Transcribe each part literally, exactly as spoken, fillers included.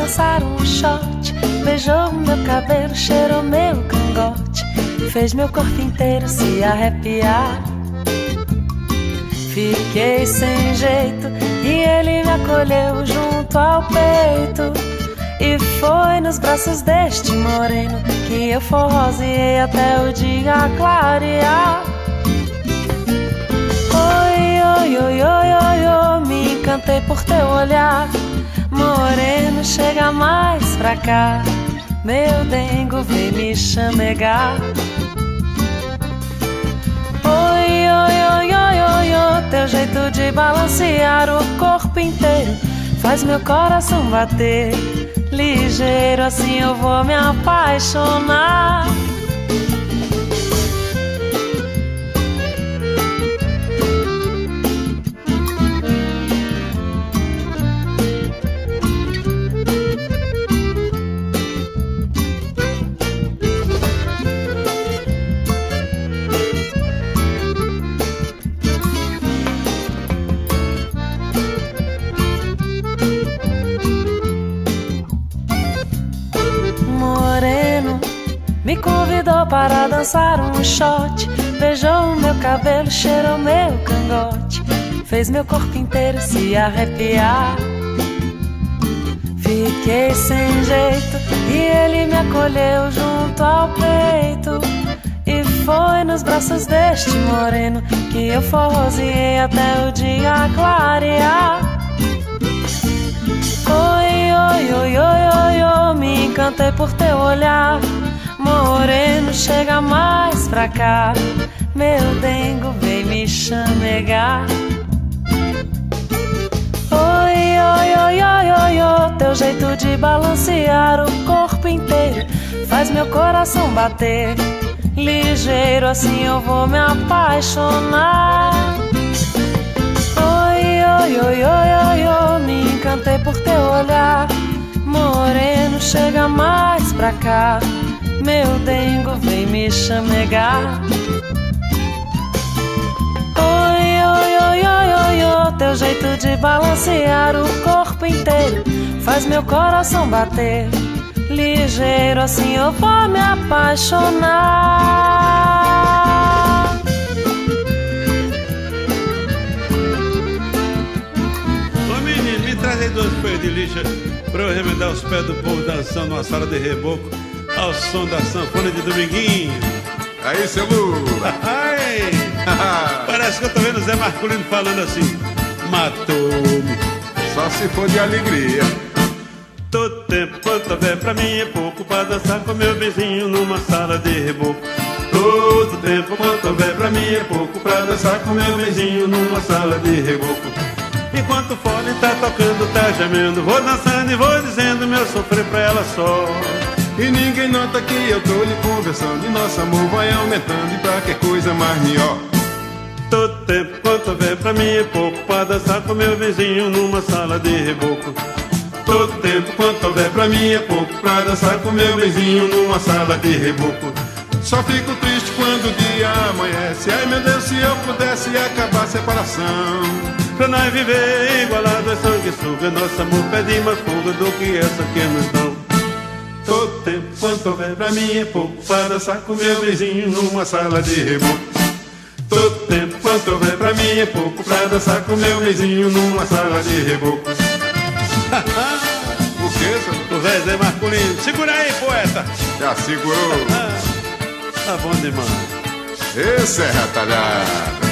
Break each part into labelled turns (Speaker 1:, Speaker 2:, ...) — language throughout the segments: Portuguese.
Speaker 1: dançar um shot. Beijou meu cabelo, cheirou meu cangote, fez meu corpo inteiro se arrepiar. Fiquei sem jeito e ele me acolheu junto ao peito. E foi nos braços deste moreno que eu forroseei até o dia clarear. Oi, oi, oi, oi, oi, oi, me encantei por teu olhar. Moreno, chega mais pra cá, meu dengo vem me chamegar. Oi, oi, oi, oi, oi, oi, teu jeito de balancear o corpo inteiro faz meu coração bater ligeiro, assim eu vou me apaixonar. Me convidou para dançar um shot, beijou meu cabelo, cheirou meu cangote, fez meu corpo inteiro se arrepiar. Fiquei sem jeito e ele me acolheu junto ao peito. E foi nos braços deste moreno que eu forroseei até o dia clarear. Oi, oi, oi, oi, oi, oi, me encantei por teu olhar. Moreno, chega mais pra cá, meu dengo vem me chamegar. Oi, oi, oi, oi, oi, oi, teu jeito de balancear o corpo inteiro faz meu coração bater ligeiro, assim eu vou me apaixonar. Oi, oi, oi, oi, oi, oi, me encantei por teu olhar. Moreno, chega mais pra cá, meu dengo vem me chamegar. Oi, oi, oi, oi, oi, oi, teu jeito de balancear o corpo inteiro faz meu coração bater ligeiro, assim eu vou me apaixonar.
Speaker 2: Ô menino, me traz aí duas folhas de lixa pra eu remendar os pés do povo dançando numa sala de reboco ao som da sanfona de Dominguinho.
Speaker 3: Aí, seu Lula.
Speaker 2: Ai, parece que eu tô vendo o Zé Marculino falando assim: matou-me.
Speaker 3: Só se for de alegria.
Speaker 2: Todo tempo quanto houver pra mim é pouco pra dançar com meu vizinho numa sala de reboco. Todo tempo quanto houver pra mim é pouco pra dançar com meu vizinho numa sala de reboco. Enquanto o fole tá tocando, tá gemendo, vou dançando e vou dizendo meu sofrer pra ela só.
Speaker 3: E ninguém nota que eu tô lhe conversando, e nosso amor vai aumentando, e pra que coisa mais melhor.
Speaker 2: Todo tempo quanto houver pra mim é pouco pra dançar com meu vizinho numa sala de reboco.
Speaker 3: Todo tempo quanto houver pra mim é pouco pra dançar com meu vizinho numa sala de reboco. Só fico triste quando o dia amanhece, ai meu Deus, se eu pudesse acabar a separação.
Speaker 2: Pra nós viver igualado é sanguessuga, nosso amor pede mais fuga do que essa que nos dão.
Speaker 3: Todo tempo quanto houver pra mim é pouco pra dançar com meu vizinho numa sala de reboco. Todo tempo quanto houver pra mim é pouco pra dançar com meu vizinho numa sala de reboco. O que, senhor?
Speaker 2: O velho Zé Marculino. Segura aí, poeta.
Speaker 3: Já segurou.
Speaker 2: Tá bom demais.
Speaker 3: Esse é retalhado.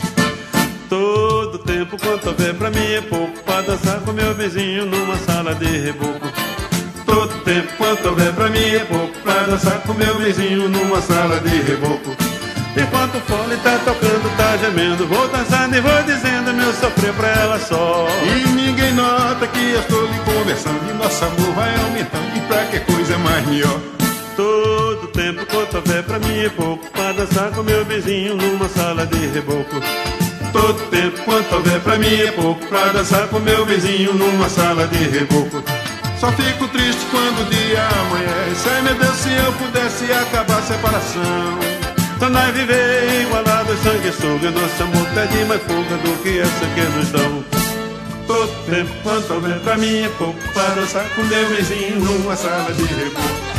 Speaker 2: Todo tempo quanto houver pra mim é pouco pra dançar com meu vizinho numa sala de reboco.
Speaker 3: Todo tempo quanto houver pra mim é pouco pra dançar com meu vizinho numa sala de reboco.
Speaker 2: Enquanto o fole tá tocando, tá gemendo, vou dançando e vou dizendo meu sofrer pra ela só.
Speaker 3: E ninguém nota que eu estou lhe conversando, e nosso amor vai aumentando, e pra que coisa mais melhor.
Speaker 2: Todo tempo quanto houver pra mim é pouco pra dançar com meu vizinho numa sala de reboco.
Speaker 3: Todo tempo quanto houver pra mim é pouco pra dançar com meu vizinho numa sala de reboco. Só fico triste quando o dia amanhece, ai meu Deus, se eu pudesse acabar a separação.
Speaker 2: Pra nós viver igualados, sanguessuga, nosso amor pede mais fuga do que essa que nos dão.
Speaker 3: Todo
Speaker 2: tempo quanto houver pra mim é pouco pra dançar com meu vizinho numa sala de reboco.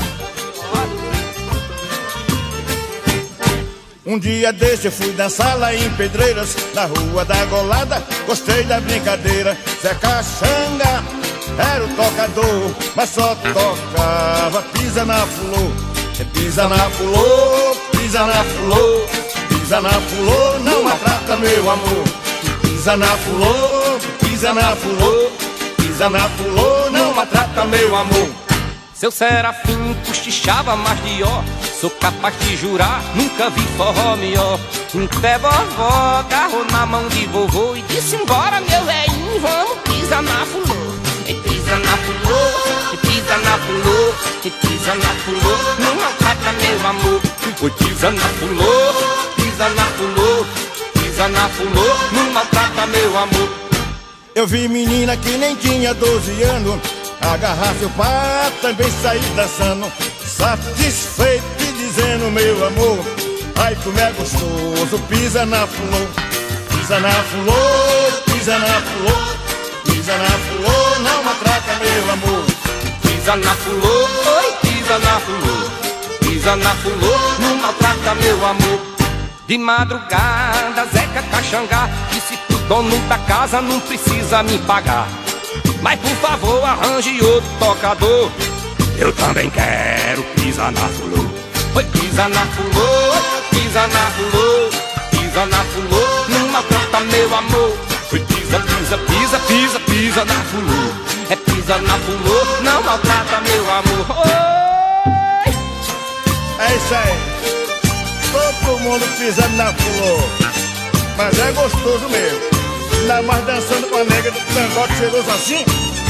Speaker 4: Um dia desse eu fui dançar lá em Pedreiras, na rua da Golada, gostei da brincadeira. Zé Caxanga era o tocador, mas só tocava pisa na fulô. É pisa na fulô, pisa na fulô, pisa na fulô, não maltrata meu amor. Pisa na fulô, pisa na fulô, pisa na fulô, não maltrata meu amor.
Speaker 5: Seu Serafim cochichava mais de ó, sou capaz de jurar, nunca vi forró melhor. Até vovó agarrou na mão de vovô e disse: embora meu velhinho, vamos pisar na fulô. E pisa na fulô, e pisa na fulô, e pisa na fulô, não maltrata meu amor. Oi, pisa na fulô, pisa na fulô, pisa na fulô, não maltrata meu amor.
Speaker 4: Eu vi menina que nem tinha doze anos agarrar seu pai, também sair dançando, satisfeito e dizendo: meu amor, ai como é gostoso, pisa na fulô. Pisa na fulô, pisa na fulô, pisa na fulô, não maltrata meu amor.
Speaker 5: Pisa na fulô, oi, pisa na fulô, pisa na fulô, não maltrata meu amor. De madrugada, Zeca Caxangá disse pro dono da casa: não precisa me pagar, mas por favor arranje outro tocador. Eu também quero pisar na fulô. Oi, pisa na fulô, pisa na fulô, pisa na fulô, não maltrata meu amor. Oi, pisa, pisa, pisa, pisa, pisa na fulô. É pisa na fulô, não maltrata meu amor. Oi!
Speaker 4: É isso aí, todo mundo pisando na fulô, mas é gostoso mesmo, ainda mais dançando com a nega do cangote cheiroso assim.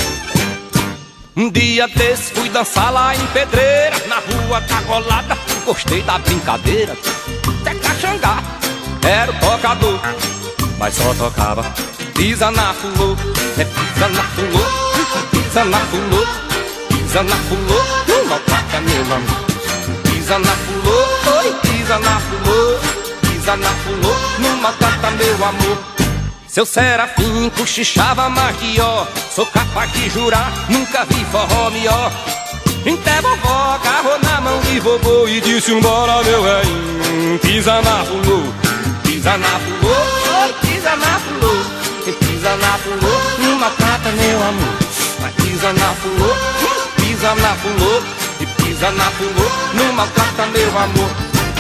Speaker 5: Um dia desse fui dançar lá em Pedreira, na rua da Golada, gostei da brincadeira. Zé Caxangá era o tocador, mas só tocava pisa na fulô. É pisa na fulô, pisa na fulô, pisa na fulô, não maltrata meu amor. Pisa na fulô, oi, pisa na fulô, pisa na fulô, não maltrata meu amor. Seu Serafim cochichava mais de ó, sou capaz de jurar, nunca vi forró melhor. Até vovó agarrou na mão de vovô e disse: embora meu velhinho, pisa na fulô. Pisa na fulô, oi, pisa na fulô, e pisa na fulô, não maltrata meu amor. Mas pisa na fulô, pisa na fulô, e pisa na fulô, não maltrata meu amor.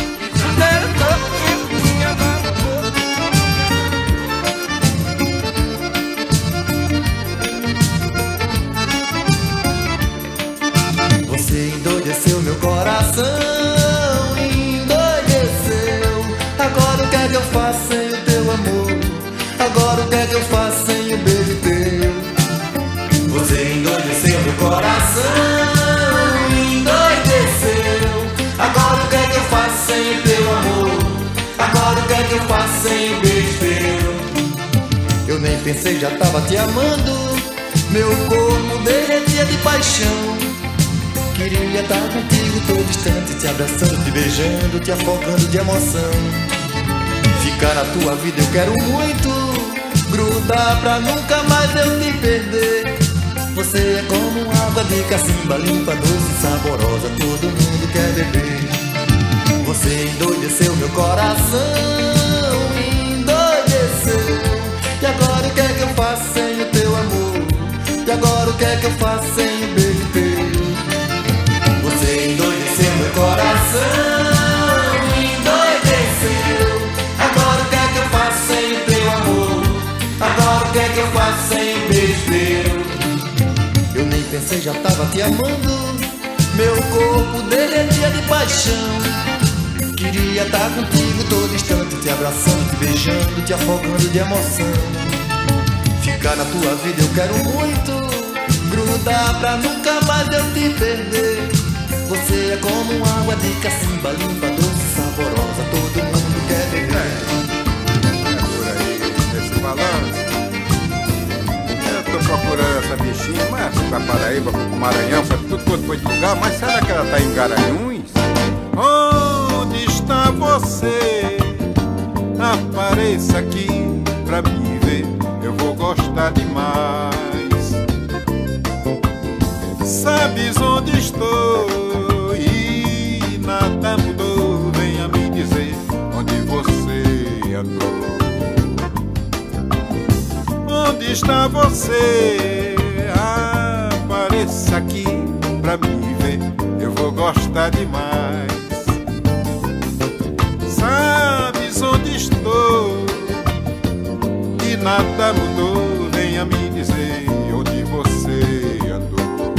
Speaker 6: Você endoideceu meu coração, endoideceu. Agora o que é que eu faço sem o teu amor? Agora o que é que eu faço sem o beijo teu? Você endoideceu meu coração, endoideceu. Agora o que é que eu faço sem o teu amor? Agora o que é que eu faço sem o beijo teu? Eu nem pensei, já tava te amando, meu corpo derretia de paixão. Queria estar contigo todo instante, te abraçando, te beijando, te afogando de emoção. Ficar na tua vida eu quero muito, grudar pra nunca mais eu te perder. Você é como água de cacimba, limpa, doce, saborosa, todo mundo quer beber. Você endoideceu meu coração, endoideceu. E agora o que é que eu faço sem o teu amor? E agora o que é que eu faço sem o beijo teu? Você endoideceu meu coração, endoideceu. Agora o que é que eu faço sem o teu amor? Agora o que é que eu faço sem o beijo teu? Eu nem pensei, já tava te amando, meu corpo derretia de paixão. Queria estar contigo todo instante, te abraçando, te beijando, te afogando de emoção. Ficar na tua vida eu quero muito, grudar pra nunca mais eu te perder. Você é como água de cacimba, limpa, doce, saborosa, todo mundo quer beber.
Speaker 3: É por aí, nesse balanço. Eu tô procurando essa bichinha, mas fui pra Paraíba, fui pro Maranhão, pra tudo quanto foi de lugar, mas será que ela tá em Garanhuns? Onde está você? Apareça aqui pra me ver, eu vou gostar demais. Sabes onde estou e nada mudou. Venha me dizer onde você andou. Onde está você? Apareça aqui pra me ver, eu vou gostar demais. Sabes onde estou e nada mudou. Venha me dizer onde você andou.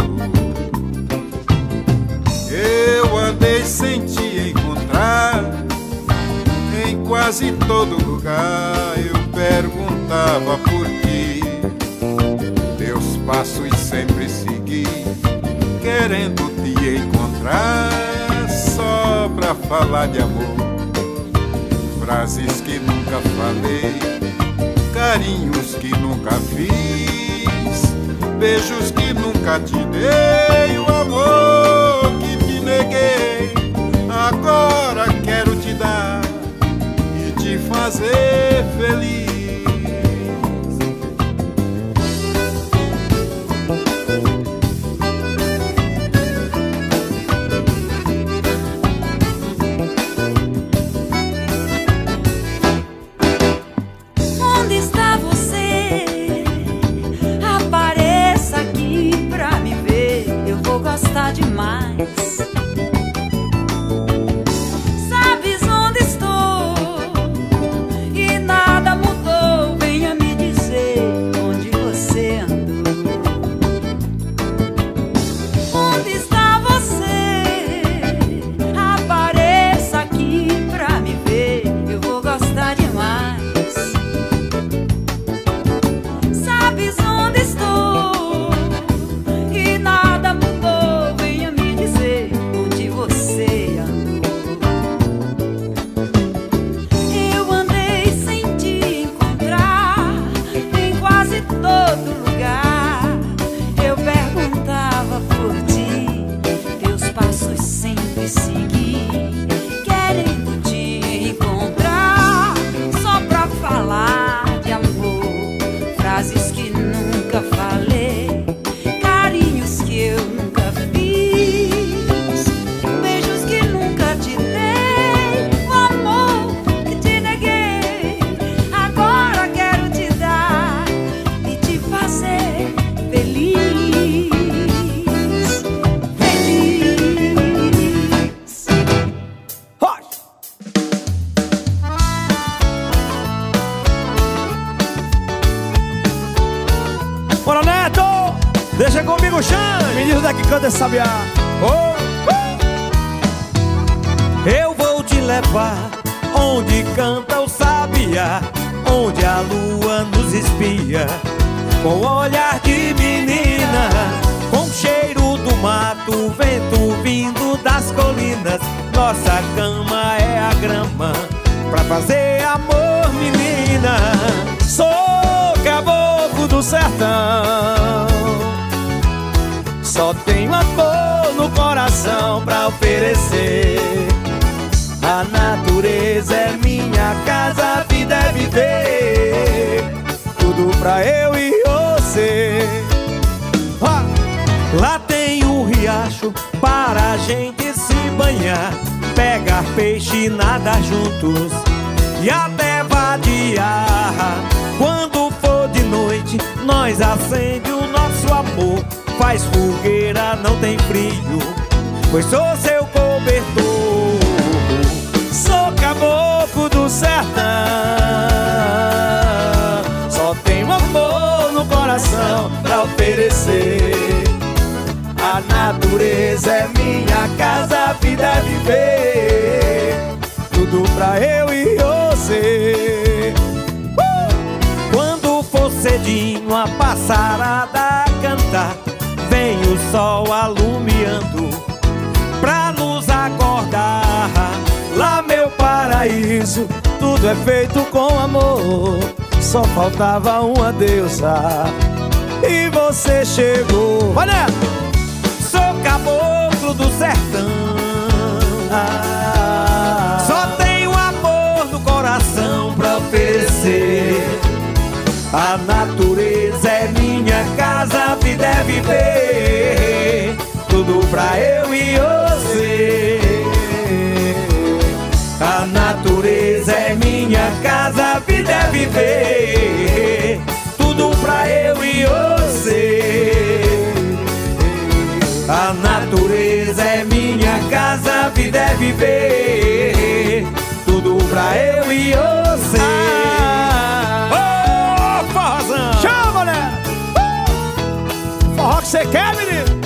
Speaker 3: Eu andei sem te encontrar em quase todo lugar. Eu perguntava por ti, teus passos sempre segui, querendo te encontrar só pra falar de amor. Frases que nunca falei, carinhos que nunca fiz, beijos que nunca te dei, o amor que te neguei. Agora quero te dar e te fazer feliz.
Speaker 7: Deixa comigo, Xande, menino daqui canta esse sabiá. Oh, oh. Eu vou te levar onde canta o sabiá, onde a lua nos espia, com o olhar de menina, com o cheiro do mato, vento vindo das colinas. Nossa cama é a grama pra fazer amor, menina. Sou caboclo do sertão, só tenho amor no coração pra oferecer. A natureza é minha casa, a vida é viver, tudo pra eu e você. Ah! Lá tem um riacho para a gente se banhar, pegar peixe e nadar juntos e até vadiar. Quando for de noite, nós acende o nosso amor, faz fogueira, não tem frio, pois sou seu cobertor. Sou caboclo do sertão, só tenho amor no coração pra oferecer. A natureza é minha casa, a vida é viver, tudo pra eu e você. uh! Quando for cedinho a passarada cantar, vem o sol alumiando pra nos acordar. Lá meu paraíso, tudo é feito com amor, só faltava uma deusa e você chegou. Vai nela! Sou caboclo do sertão, ah, só tenho amor no coração pra oferecer. A natureza é minha casa, a vida é viver, casa, a vida é viver. Tudo pra eu e você. A natureza é minha casa, a vida é viver. Tudo pra eu e você.
Speaker 8: Ô, forrozão! Chama, né? Uh! Forró que você quer, menino?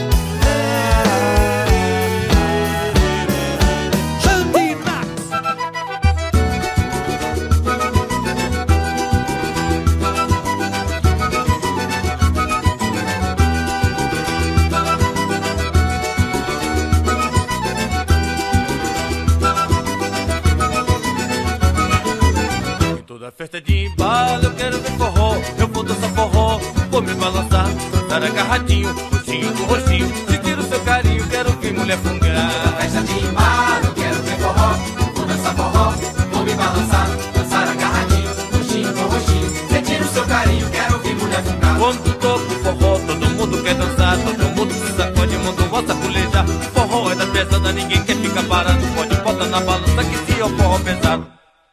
Speaker 9: Festa de embalo, eu quero ver forró. Eu vou dançar forró, vou me balançar, dançar agarradinho, roxinho com roxinho. Sentir o seu carinho, quero ver mulher fungar.
Speaker 10: Festa de embalo, eu quero ver forró. Vou dançar forró, vou me balançar, dançar agarradinho, roxinho com roxinho. Sentir o seu carinho, quero ver mulher fungar.
Speaker 9: Quando toco forró, todo mundo quer dançar, todo mundo se sacode, mundo gosta pulejar. Forró é da pesada, ninguém quer ficar parado. Pode botar na balança que se é o forró pesado.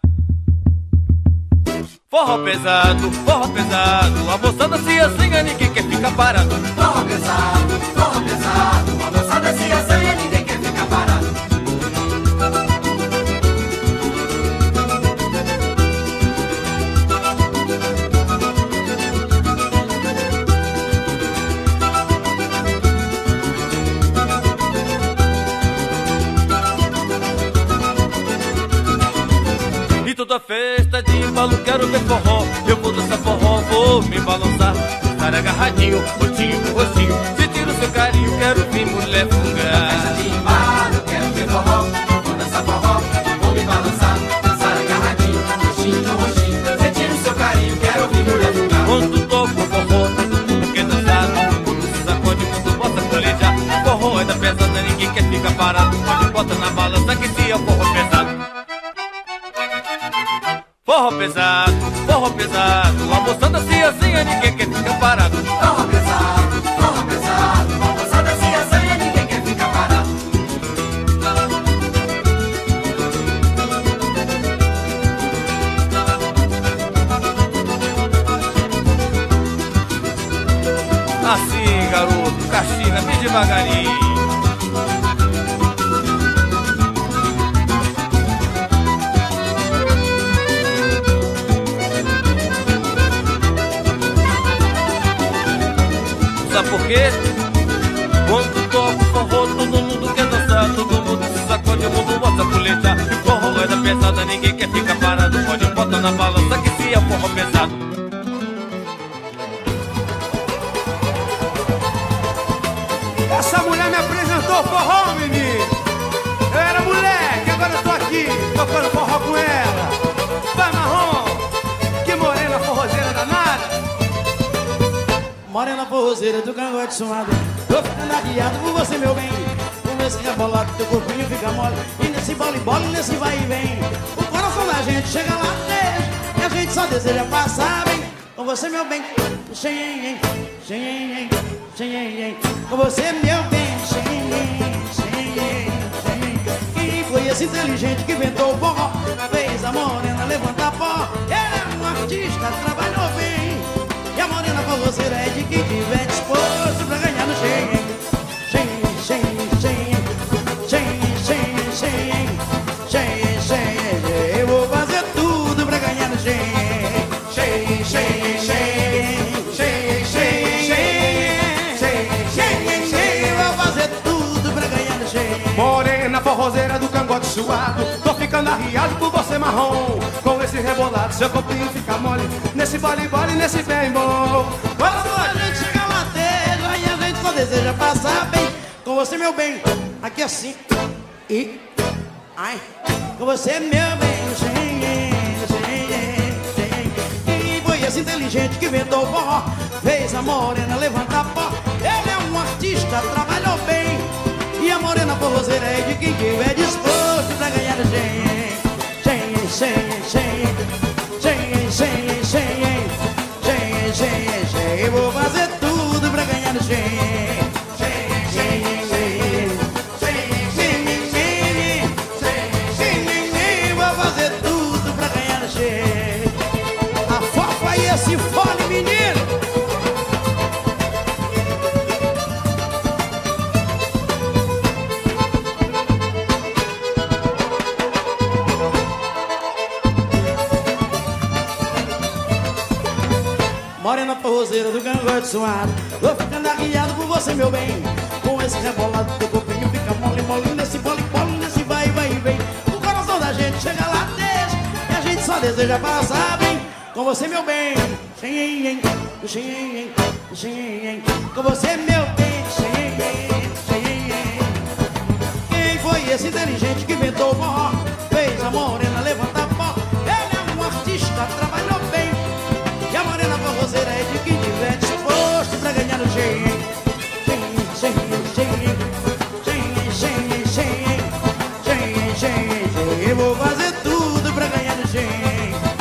Speaker 9: Forró pesado, forró pesado, a moçada se assanha, ninguém quer ficar parado.
Speaker 10: Forró pesado, forró pesado, a moçada se assanha, ninguém quer ficar parado.
Speaker 9: E toda festa de embalo, quero ver forró. Eu vou dançar forró, vou me balançar, estar agarradinho, roxinho com roxinho. Sentir o seu carinho, quero ver mulher fungar.
Speaker 10: Festa de embalo, eu quero ver forró. Vou dançar forró, vou me balançar, dançar agarradinho, roxinho com roxinho. Sentir o seu carinho, quero ver mulher fungar.
Speaker 9: Quando toco forró, todo mundo quer dançar, todo mundo se sacode, mundo bota colejar. Forró é da pesada, ninguém quer ficar parado. Pode botar na balança que se é o forró pesado. Forró pesado, forró pesado, a moçada se assanha, ninguém quer ficar parado.
Speaker 10: Forró pesado, forró pesado, a moçada se assanha, ninguém quer ficar parado.
Speaker 9: Assim, garoto, castiga bem devagarinho. Sabe por quê? Quando toco forró, todo mundo quer dançar, todo mundo se sacode, o mundo bota pulejar. E forró é da pesada, ninguém quer ficar parado. Pode botar na balança que se é forró pesado.
Speaker 8: Essa mulher me apresentou forró, menino. Eu era moleque, agora eu tô aqui, tocando forró com ela. Vai, Marrom, que morena forrozeira danada.
Speaker 11: Morena forrozeira do cangote suado, tô ficando arriado por você, meu bem. Com esse rebolado, teu corpinho fica mole. E nesse bola-bola, nesse vai e vem, o coração da gente chega lá dentro, e a gente só deseja passar bem. Com você, meu bem, xenhen, xenhen, xenhen. Com você, meu bem, xenhen, xenhen, xenhen. Quem foi esse inteligente que inventou o forró? Fez a morena levantar pó. Ele é um artista, trabalhou bem. E a morena forrozeira é de quem tiver disposto pra ganhar no xenhen. Xenhen, xenhen, xenhen, xenhen, xenhen, xenhen, xenhen, xenhen. Eu vou fazer tudo pra ganhar no xenhen. Xenhen, xenhen, xenhen, xenhen, xenhen, xenhen, xenhen, xenhen. Eu vou fazer tudo pra ganhar no xenhen.
Speaker 8: Morena forrozeira do cangote suado, tô ficando arriado por você, Marrom. Com esse rebolado, seu corpinho fica mole. Nesse vale-vale, nesse bem bom.
Speaker 11: Quando a gente chega lá dentro, aí a gente só deseja passar bem. Com você, meu bem, aqui assim. E, ai, com você, meu bem, xenhen, xenhen, xenhen. E foi esse inteligente que inventou o forró, fez a morena levantar pó. Ele é um artista, trabalhou bem. E a morena forrozeira é de quem tiver disposto pra ganhar o xenhen. Xenhen, xenhen, xenhen, xenhen, xenhen, xenhen, xenhen, xenhen, xenhen. Eu vou fazer tudo pra ganhar no xenhen. Xenhen, xenhen, xenhen, xenhen, xenhen, xenhen, xenhen, xenhen. Vou fazer tudo pra ganhar no xenhen. forrozeira do cangote suado. Vou ficando arriado por você, meu bem. Com esse rebolado, teu corpinho fica mole, mole. Nesse bole, bole, nesse vai, vai e vem. O coração da gente chega lá, deixa. E a gente só deseja passar bem com você, meu bem. Xenhen, xenhen, xenhen. Com você, meu bem. Xenhen, xenhen. Quem foi esse inteligente que inventou o forró? Fez a morena levantar pó. Ele é um artista, trabalhou bem. E a morena forrozeira é de quem tiver disposto pra ganhar no xenhen. Xenhen, xenhen, xenhen, xenhen, xenhen, xenhen, xenhen, xenhen. Eu vou fazer tudo pra ganhar no xenhen.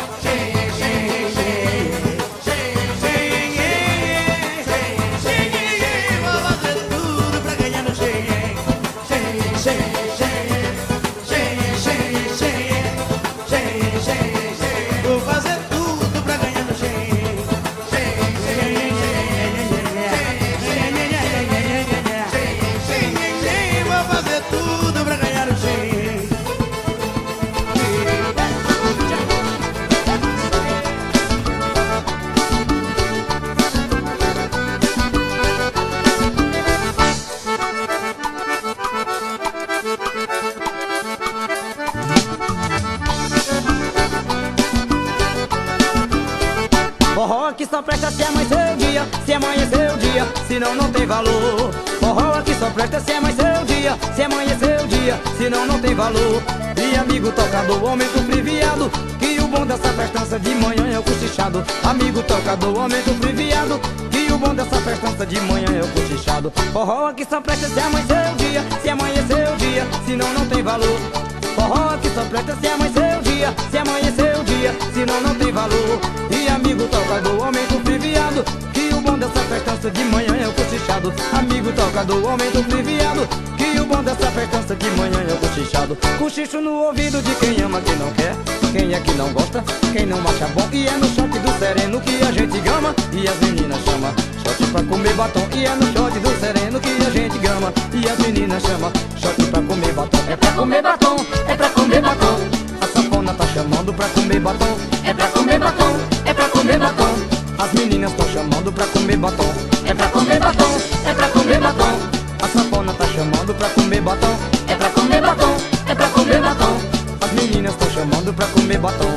Speaker 12: Só presta se amanhecer o dia, se amanhecer o dia, senão não tem valor. Forró aqui só presta se amanhecer o dia, se amanhecer o dia, senão não tem valor. E amigo tocador, aumenta o priviado, que o bom dessa festança de manhã é o cochichado. Amigo tocador, aumenta o priviado, que o bom dessa festança de manhã é o cochichado. Forró aqui só presta se amanhecer o dia, se amanhecer o dia, senão não tem valor. Forró aqui só presta se amanhecer o dia, se amanhecer o dia, senão não tem valor. E amigo tocador, aumenta o priviado, que o bom dessa festança de manhã é o cochichado. Amigo tocador, aumenta o priviado, que o bom dessa festança de manhã é o cochichado. Cochicho no ouvido de quem ama, quem não quer, quem é que não gosta, quem não acha bom. E é no shot do sereno que a gente gama, e as meninas chama shot pra comer batom. E é no shot do sereno que a gente gama, e as meninas chama shot pra comer batom. É pra comer batom, é pra comer batom. A sanfona tá chamando pra comer batom. É pra comer batom, é pra comer batom. As meninas tão chamando pra comer batom. É pra comer batom, é pra comer batom. A sanfona tá chamando pra comer batom. É pra comer batom, é pra comer batom. As meninas tão chamando pra comer batom.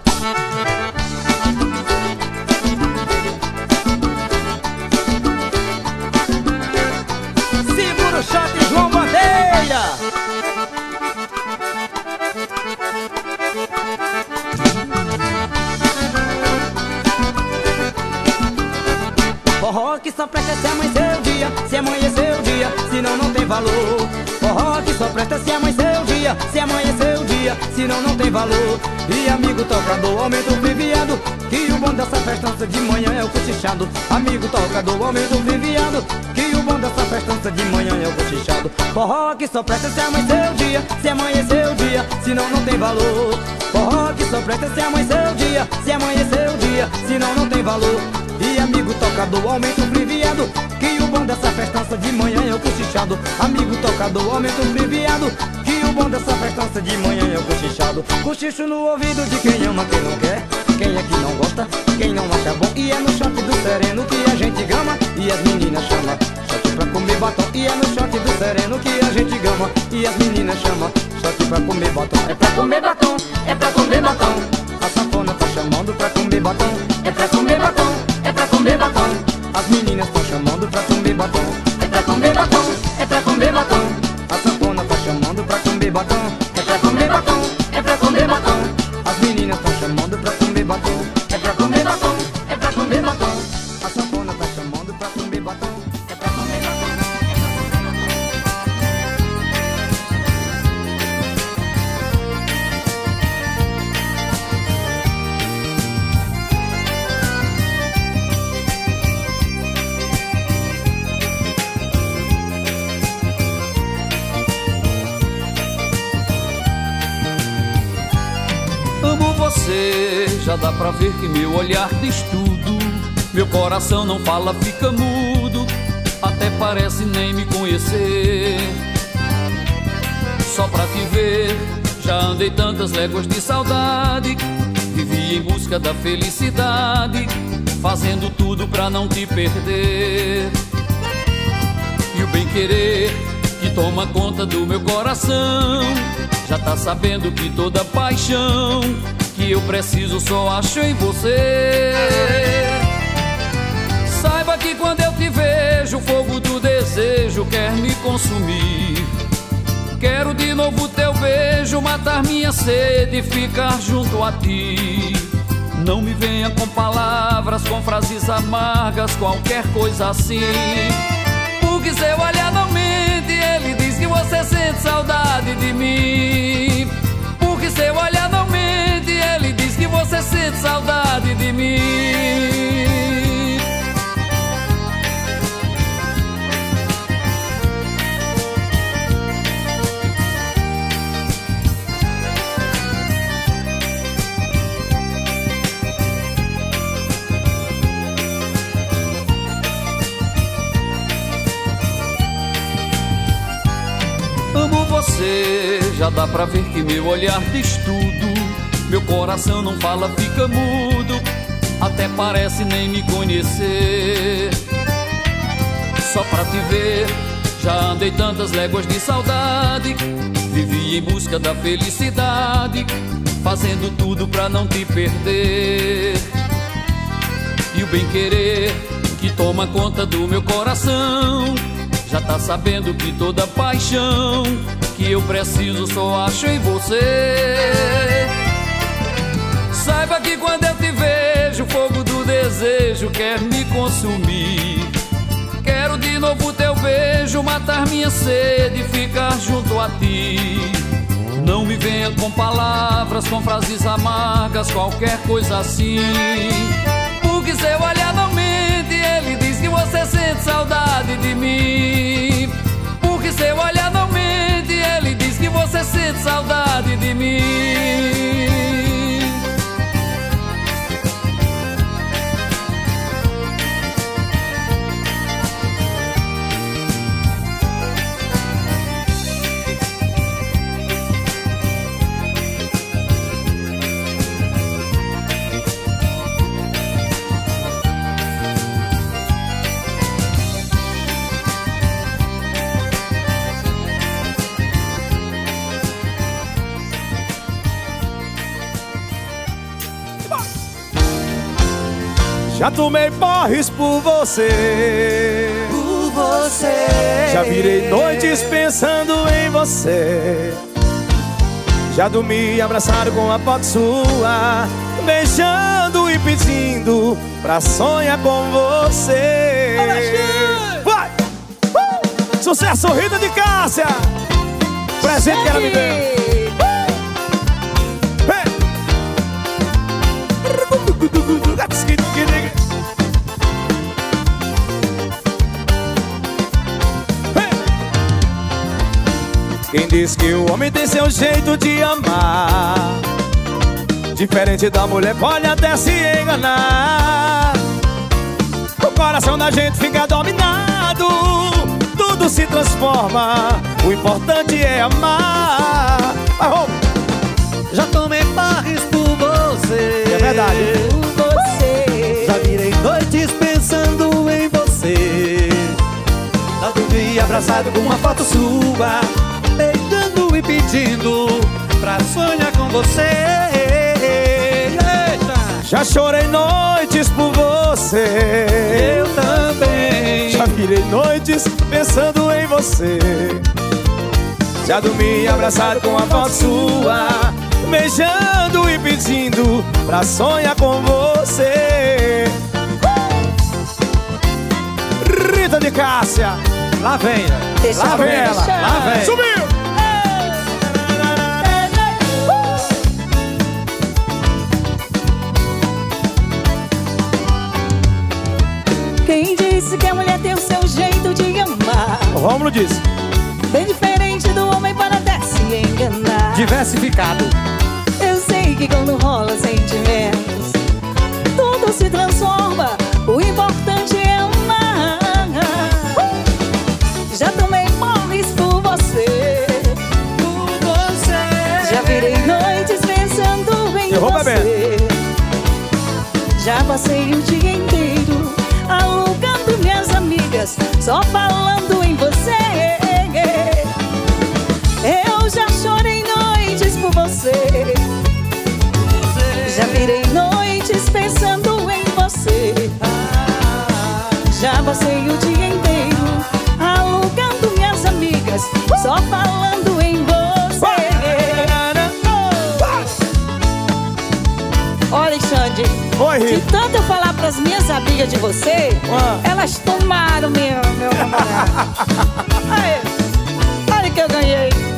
Speaker 12: Segura o shot, João Bandeira. Forró que só presta se amanhecer o dia, se amanhecer o dia, senão não tem valor. Forró que só presta se amanhecer o dia, se amanhecer o dia, senão não tem valor. E amigo tocador, aumenta o priviado, que o bom dessa festança de manhã é o cochichado. Amigo tocador, aumenta o priviado, que o bom dessa festança de manhã é o cochichado. Forró que só presta se amanhecer o dia, se amanhecer o dia, senão não tem valor. Forró que só presta se amanhecer o dia, se amanhecer o dia, senão não tem valor. E amigo tocador, aumenta o priviado, que o bom dessa festança de manhã é o cochichado. Amigo tocador, aumenta o priviado, que o bom dessa festança de manhã é o cochichado. Cochicho no ouvido de quem ama, quem não quer, quem é que não gosta, quem não acha bom. E é no shot do sereno que a gente gama, e as meninas chama shot pra comer batom. E é no shot do sereno que a gente gama, e as meninas chama shot pra comer batom. É pra comer batom, é pra comer batom. A sanfona tá chamando pra comer batom. É pra comer batom, é pra comer batom. As meninas tão chamando pra comer batom. É pra comer batom, é pra comer batom. A sanfona tá chamando pra comer batom. É pra comer batom, é pra comer batom. As meninas tão chamando pra comer batom. É pra comer batom, é pra comer batom. A sanfona tá chamando pra comer batom. É pra comer batom.
Speaker 13: Amo você, já dá pra ver que meu olhar diz tudo. Meu coração não fala, fica mudo, até parece nem me conhecer. Só pra te ver, já andei tantas léguas de saudade, vivi em busca da felicidade. fazendo tudo pra não te perder. E o bem-querer que toma conta do meu coração já tá sabendo que toda paixão que eu preciso só acho em você. Saiba que quando eu te vejo, o fogo do desejo quer me consumir. Quero de novo teu beijo, matar minha sede e ficar junto a ti. Não me venha com palavras, com frases amargas, qualquer coisa assim. Porque seu olhar não mente, ele diz que você sente saudade de mim. Porque seu olhar não mente, ele diz que você sente saudade de mim. Amo você, já dá pra ver que meu olhar diz tudo. Meu coração não fala, fica mudo, até parece nem me conhecer. Só pra te ver, já andei tantas léguas de saudade. Vivi em busca da felicidade, fazendo tudo pra não te perder. E o bem-querer que toma conta do meu coração já tá sabendo que toda paixão que eu preciso só acho em você. Saiba que quando eu te vejo, o fogo do desejo quer me consumir. Quero de novo teu beijo, matar minha sede e ficar junto a ti. Não me venha com palavras, com frases amargas, qualquer coisa assim. Porque seu olhar não mente, ele diz que você sente saudade de mim. Porque seu olhar não mente, ele diz que você sente saudade de mim.
Speaker 7: Já tomei porres por você,
Speaker 11: por você.
Speaker 7: Já virei noites pensando em você. Já dormi abraçado com a foto sua, beijando e pedindo pra sonhar com você. Vai! Uh! Sucesso, Rita de Cássia! Presente que ela me deu. Quem diz que o homem tem seu jeito de amar, diferente da mulher pode até se enganar. O coração da gente fica dominado, tudo se transforma, o importante é amar. Arrou.
Speaker 11: Já tomei barres por você,
Speaker 7: é verdade.
Speaker 11: Por você. Já virei noites pensando em você. Já dormi abraçado com uma foto sua, beijando e pedindo pra sonhar com você. Eita.
Speaker 7: Já chorei noites por você,
Speaker 11: eu também.
Speaker 7: Já virei noites pensando em você. Já dormi abraçado com a foto sua, beijando e pedindo pra sonhar com você. Rita de Cássia, lá vem,
Speaker 11: deixa
Speaker 7: lá vem ela,
Speaker 11: deixar.
Speaker 7: lá vem. Subiu!
Speaker 14: Quem disse que a mulher tem o seu jeito de amar?
Speaker 7: O Rômulo disse.
Speaker 14: Bem diferente do homem para até se enganar.
Speaker 7: Diversificado.
Speaker 14: Eu sei que quando rola sentimentos, tudo se transforma, o importante é amar. Já tomei moles por você,
Speaker 11: por você.
Speaker 14: Já virei noites pensando em
Speaker 7: Eu vou
Speaker 14: você.
Speaker 7: beber.
Speaker 14: Já passei o dia inteiro só falando em você. Eu já chorei noites por você, já virei noites pensando em você. Já passei o dia inteiro alugando minhas amigas, só falando em você. Olha, Alexandre,
Speaker 7: oi,
Speaker 14: de tanto eu falar pras minhas amigas de você, ah. elas tomaram meu, meu namorado. Aí, olha que eu ganhei.